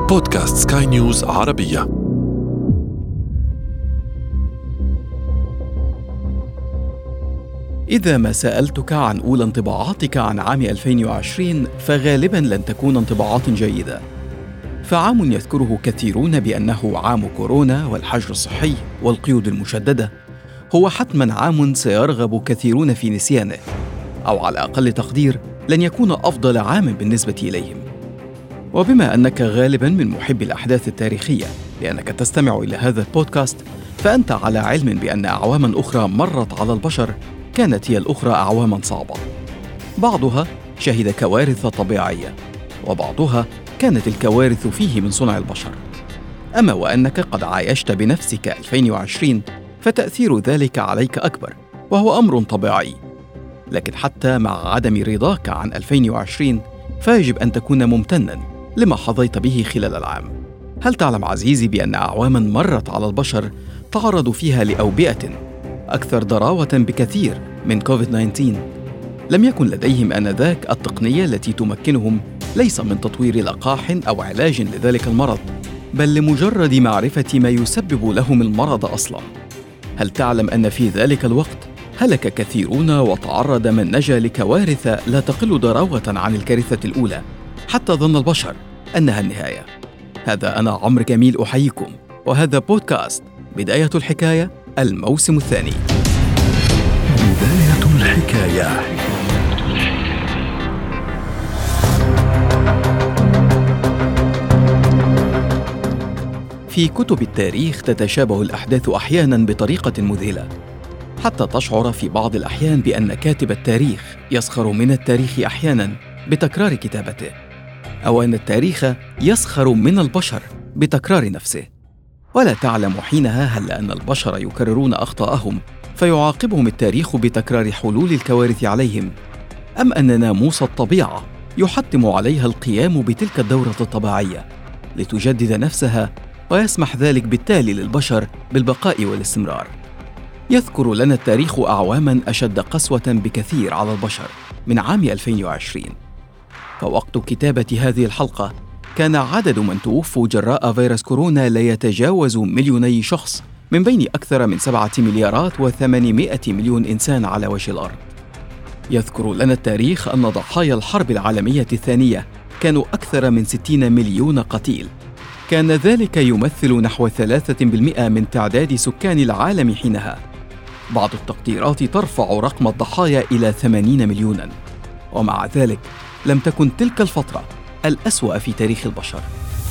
بودكاست سكاي نيوز عربية. إذا ما سألتك عن أولى انطباعاتك عن عام 2020 فغالباً لن تكون انطباعات جيدة. فعام يذكره كثيرون بأنه عام كورونا والحجر الصحي والقيود المشددة هو حتماً عام سيرغب كثيرون في نسيانه، أو على أقل تقدير لن يكون أفضل عام بالنسبة إليهم. وبما أنك غالباً من محبي الأحداث التاريخية لأنك تستمع إلى هذا البودكاست، فأنت على علم بأن أعواماً أخرى مرت على البشر كانت هي الأخرى أعواماً صعبة. بعضها شهد كوارث طبيعية، وبعضها كانت الكوارث فيه من صنع البشر. أما وأنك قد عايشت بنفسك 2020 فتأثير ذلك عليك أكبر، وهو أمر طبيعي. لكن حتى مع عدم رضاك عن 2020 فيجب أن تكون ممتناً لما حظيت به خلال العام. هل تعلم عزيزي بأن أعواماً مرت على البشر تعرضوا فيها لأوبئة أكثر ضراوة بكثير من كوفيد-19؟ لم يكن لديهم آنذاك التقنية التي تمكنهم ليس من تطوير لقاح أو علاج لذلك المرض، بل لمجرد معرفة ما يسبب لهم المرض أصلاً. هل تعلم أن في ذلك الوقت هلك كثيرون وتعرض من نجا لكوارث لا تقل ضراوة عن الكارثة الأولى، حتى ظن البشر أنها النهاية؟ هذا أنا عمرو جميل أحييكم، وهذا بودكاست بداية الحكاية الموسم الثاني. بداية الحكاية. في كتب التاريخ تتشابه الأحداث أحياناً بطريقة مذهلة، حتى تشعر في بعض الأحيان بأن كاتب التاريخ يسخر من التاريخ أحياناً بتكرار كتابته، أو أن التاريخ يسخر من البشر بتكرار نفسه. ولا تعلم حينها هل أن البشر يكررون أخطاءهم فيعاقبهم التاريخ بتكرار حلول الكوارث عليهم، أم أن ناموس الطبيعة يحتم عليها القيام بتلك الدورة الطبيعية لتجدد نفسها، ويسمح ذلك بالتالي للبشر بالبقاء والاستمرار. يذكر لنا التاريخ أعواماً أشد قسوة بكثير على البشر من عام 2020. فوقت كتابة هذه الحلقة كان عدد من توفوا جراء فيروس كورونا لا يتجاوز 2,000,000 شخص من بين أكثر من 7,800,000,000 إنسان على وجه الأرض. يذكر لنا التاريخ أن ضحايا الحرب العالمية الثانية كانوا أكثر من 60 مليون قتيل. كان ذلك يمثل نحو 3% من تعداد سكان العالم حينها. بعض التقديرات ترفع رقم الضحايا إلى 80 مليوناً. ومع ذلك لم تكن تلك الفترة الأسوأ في تاريخ البشر.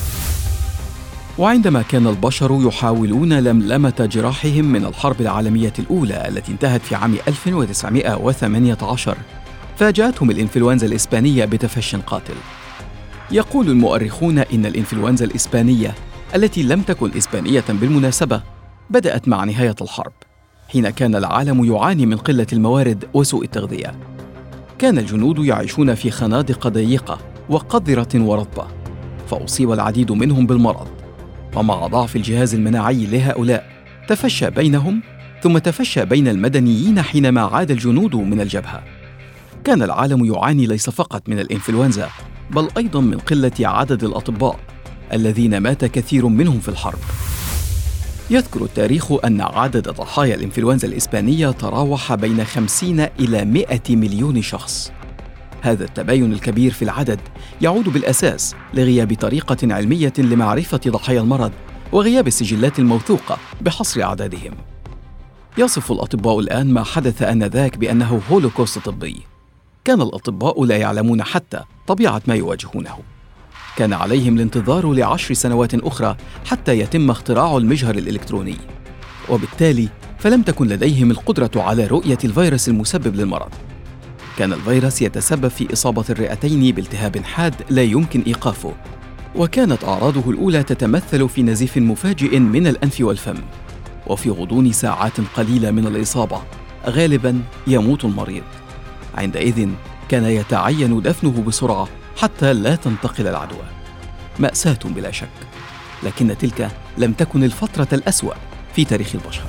وعندما كان البشر يحاولون لملمة جراحهم من الحرب العالمية الأولى التي انتهت في عام 1918، فاجأتهم الإنفلونزا الإسبانية بتفشٍ قاتل. يقول المؤرخون إن الإنفلونزا الإسبانية التي لم تكن إسبانية بالمناسبة بدأت مع نهاية الحرب، حين كان العالم يعاني من قلة الموارد وسوء التغذية. كان الجنود يعيشون في خنادق ضيقة وقذرة ورطبة، فأصيب العديد منهم بالمرض، ومع ضعف الجهاز المناعي لهؤلاء تفشى بينهم، ثم تفشى بين المدنيين حينما عاد الجنود من الجبهة. كان العالم يعاني ليس فقط من الإنفلونزا بل أيضاً من قلة عدد الأطباء الذين مات كثير منهم في الحرب. يذكر التاريخ أن عدد ضحايا الإنفلونزا الإسبانية تراوح بين 50 إلى 100 مليون شخص. هذا التباين الكبير في العدد يعود بالأساس لغياب طريقة علمية لمعرفة ضحايا المرض، وغياب السجلات الموثوقة بحصر أعدادهم. يصف الأطباء الآن ما حدث آنذاك بأنه هولوكوست طبي. كان الأطباء لا يعلمون حتى طبيعة ما يواجهونه. كان عليهم الانتظار ل10 سنوات أخرى حتى يتم اختراع المجهر الإلكتروني، وبالتالي فلم تكن لديهم القدرة على رؤية الفيروس المسبب للمرض. كان الفيروس يتسبب في إصابة الرئتين بالتهاب حاد لا يمكن إيقافه، وكانت أعراضه الأولى تتمثل في نزيف مفاجئ من الأنف والفم، وفي غضون ساعات قليلة من الإصابة غالباً يموت المريض. عندئذ كان يتعين دفنه بسرعة حتى لا تنتقل العدوى. مأساة بلا شك، لكن تلك لم تكن الفترة الأسوأ في تاريخ البشر.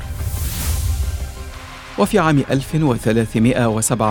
وفي عام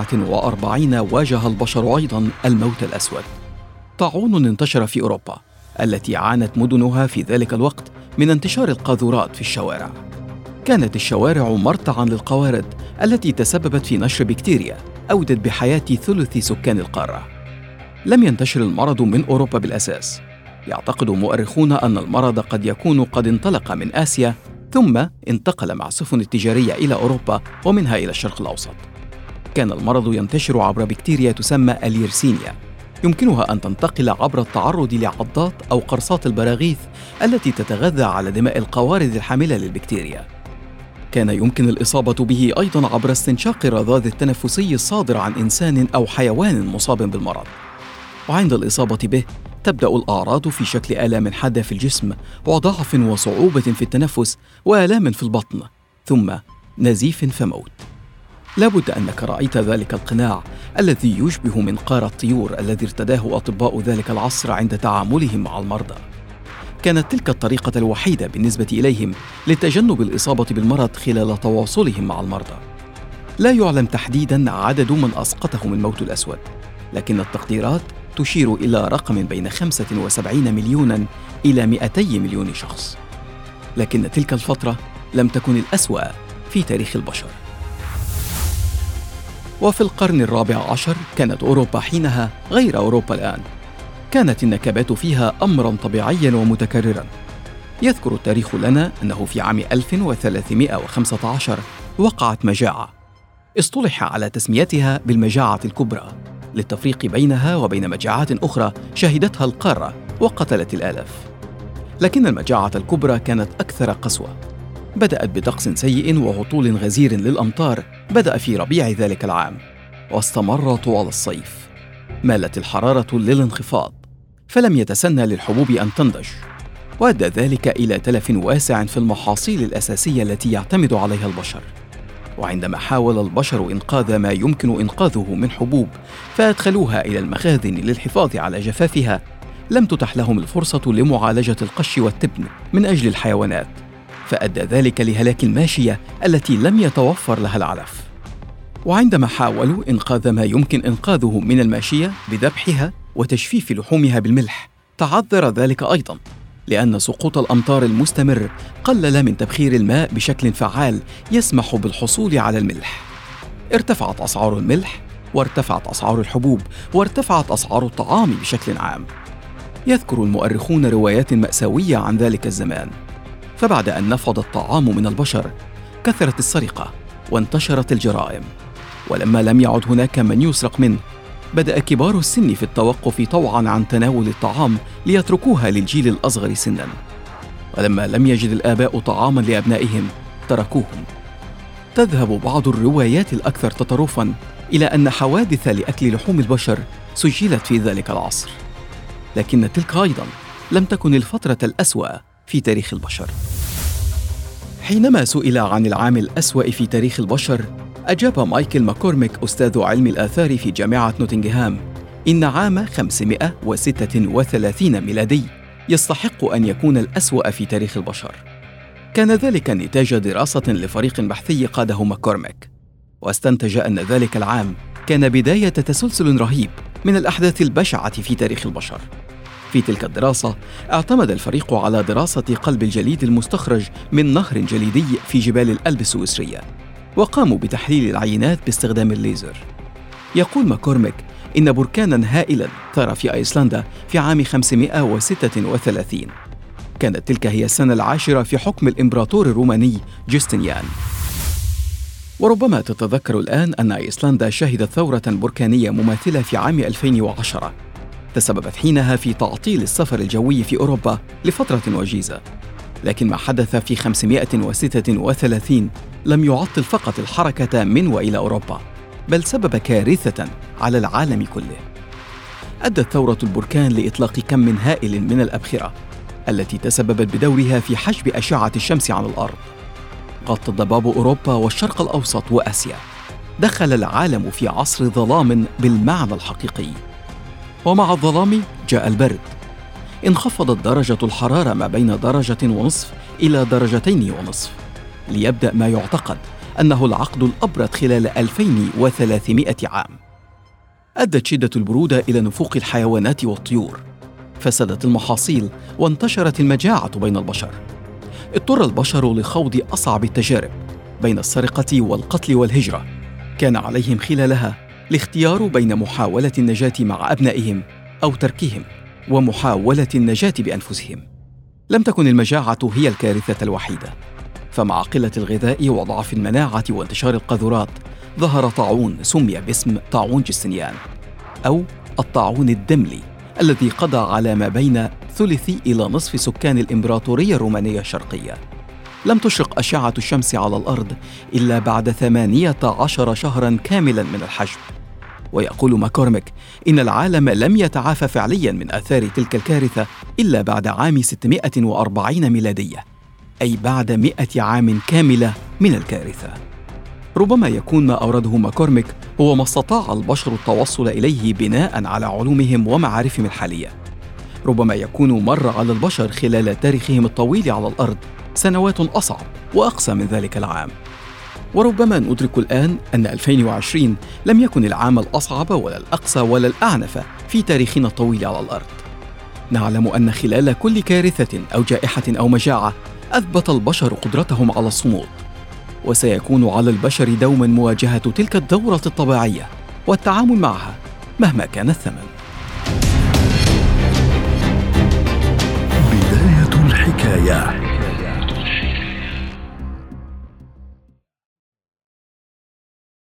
1347 واجه البشر أيضاً الموت الأسود. طاعون انتشر في أوروبا التي عانت مدنها في ذلك الوقت من انتشار القاذورات في الشوارع. كانت الشوارع مرتعاً للقوارض التي تسببت في نشر بكتيريا أودت بحياة ثلث سكان القارة. لم ينتشر المرض من أوروبا بالأساس. يعتقد مؤرخون أن المرض قد يكون قد انطلق من آسيا ثم انتقل مع السفن التجارية إلى أوروبا ومنها إلى الشرق الأوسط. كان المرض ينتشر عبر بكتيريا تسمى اليرسينيا، يمكنها أن تنتقل عبر التعرض لعضات أو قرصات البراغيث التي تتغذى على دماء القوارض الحاملة للبكتيريا. كان يمكن الإصابة به أيضاً عبر استنشاق الرذاذ التنفسي الصادر عن إنسان أو حيوان مصاب بالمرض. وعند الإصابة به تبدأ الأعراض في شكل آلام حادة في الجسم وضعف وصعوبة في التنفس وآلام في البطن ثم نزيف فموت. لابد أنك رأيت ذلك القناع الذي يشبه منقار الطيور الذي ارتداه أطباء ذلك العصر عند تعاملهم مع المرضى. كانت تلك الطريقة الوحيدة بالنسبة إليهم لتجنب الإصابة بالمرض خلال تواصلهم مع المرضى. لا يعلم تحديداً عدد من أسقطهم الموت الأسود، لكن التقديرات تشير إلى رقم بين 75 مليوناً إلى 200 مليون شخص. لكن تلك الفترة لم تكن الأسوأ في تاريخ البشر. وفي القرن الرابع عشر كانت أوروبا حينها غير أوروبا الآن. كانت النكبات فيها أمراً طبيعياً ومتكرراً. يذكر التاريخ لنا أنه في عام 1315 وقعت مجاعة اصطلح على تسميتها بالمجاعة الكبرى للتفريق بينها وبين مجاعات أخرى شهدتها القارة وقتلت الآلاف. لكن المجاعة الكبرى كانت أكثر قسوة. بدأت بطقس سيء وهطول غزير للأمطار بدأ في ربيع ذلك العام واستمر طوال الصيف. مالت الحرارة للانخفاض فلم يتسنى للحبوب أن تنضج، وأدى ذلك إلى تلف واسع في المحاصيل الأساسية التي يعتمد عليها البشر. وعندما حاول البشر إنقاذ ما يمكن إنقاذه من حبوب فأدخلوها إلى المخازن للحفاظ على جفافها، لم تتح لهم الفرصة لمعالجة القش والتبن من أجل الحيوانات، فأدى ذلك لهلاك الماشية التي لم يتوفر لها العلف. وعندما حاولوا إنقاذ ما يمكن إنقاذه من الماشية بذبحها وتجفيف لحومها بالملح، تعذر ذلك أيضاً، لأن سقوط الأمطار المستمر قلل من تبخير الماء بشكل فعال يسمح بالحصول على الملح. ارتفعت أسعار الملح، وارتفعت أسعار الحبوب، وارتفعت أسعار الطعام بشكل عام. يذكر المؤرخون روايات مأساوية عن ذلك الزمان. فبعد أن نفض الطعام من البشر كثرت السرقة وانتشرت الجرائم، ولما لم يعد هناك من يسرق منه بدأ كبار السن في التوقف طوعاً عن تناول الطعام ليتركوها للجيل الأصغر سناً، ولما لم يجد الآباء طعاماً لأبنائهم تركوهم. تذهب بعض الروايات الأكثر تطرفاً إلى أن حوادث لأكل لحوم البشر سجلت في ذلك العصر، لكن تلك أيضاً لم تكن الفترة الأسوأ في تاريخ البشر. حينما سئل عن العام الأسوأ في تاريخ البشر، أجاب مايكل ماكورميك أستاذ علم الآثار في جامعة نوتنغهام إن عام 536 ميلادي يستحق أن يكون الأسوأ في تاريخ البشر. كان ذلك نتاج دراسة لفريق بحثي قاده ماكورميك، واستنتج أن ذلك العام كان بداية تسلسل رهيب من الأحداث البشعة في تاريخ البشر. في تلك الدراسة اعتمد الفريق على دراسة قلب الجليد المستخرج من نهر جليدي في جبال الألب السويسرية، وقاموا بتحليل العينات باستخدام الليزر. يقول ماكورميك إن بركاناً هائلاً ثار في أيسلندا في عام 536. كانت تلك هي السنة العاشرة في حكم الإمبراطور الروماني جوستنيان. وربما تتذكر الآن أن أيسلندا شهدت ثورة بركانية مماثلة في عام 2010 تسببت حينها في تعطيل السفر الجوي في أوروبا لفترة وجيزة. لكن ما حدث في 536 لم يعطل فقط الحركة من وإلى أوروبا، بل سبب كارثة على العالم كله. أدت ثورة البركان لإطلاق كم هائل من الأبخرة التي تسببت بدورها في حجب أشعة الشمس عن الأرض. غطت ضباب أوروبا والشرق الأوسط وآسيا. دخل العالم في عصر ظلام بالمعنى الحقيقي، ومع الظلام جاء البرد. انخفضت درجة الحرارة ما بين 1.5 إلى 2.5 ليبدأ ما يعتقد أنه العقد الأبرد خلال 2300 عام. أدت شدة البرودة إلى نفوق الحيوانات والطيور، فسدت المحاصيل وانتشرت المجاعة بين البشر. اضطر البشر لخوض أصعب التجارب بين السرقة والقتل والهجرة. كان عليهم خلالها الاختيار بين محاولة النجاة مع أبنائهم أو تركهم، ومحاولة النجاة بأنفسهم. لم تكن المجاعة هي الكارثة الوحيدة، فمع قلة الغذاء وضعف المناعة وانتشار القاذورات ظهر طاعون سمي باسم طاعون جستنيان أو الطاعون الدملي، الذي قضى على ما بين ثلث إلى نصف سكان الإمبراطورية الرومانية الشرقية. لم تشرق أشعة الشمس على الأرض إلا بعد 18 شهراً كاملاً من الحجب. ويقول ماكورميك إن العالم لم يتعافى فعلياً من آثار تلك الكارثة إلا بعد عام 640 ميلادية، أي بعد 100 عام كاملة من الكارثة. ربما يكون ما أورده ماكورميك هو ما استطاع البشر التوصل إليه بناء على علومهم ومعارفهم الحالية. ربما يكون مر على البشر خلال تاريخهم الطويل على الأرض سنوات أصعب وأقسى من ذلك العام. وربما ندرك الآن أن 2020 لم يكن العام الأصعب ولا الأقسى ولا الأعنف في تاريخنا الطويل على الأرض. نعلم أن خلال كل كارثة أو جائحة أو مجاعة أثبت البشر قدرتهم على الصمود، وسيكون على البشر دوما مواجهة تلك الدورة الطبيعية والتعامل معها مهما كان الثمن.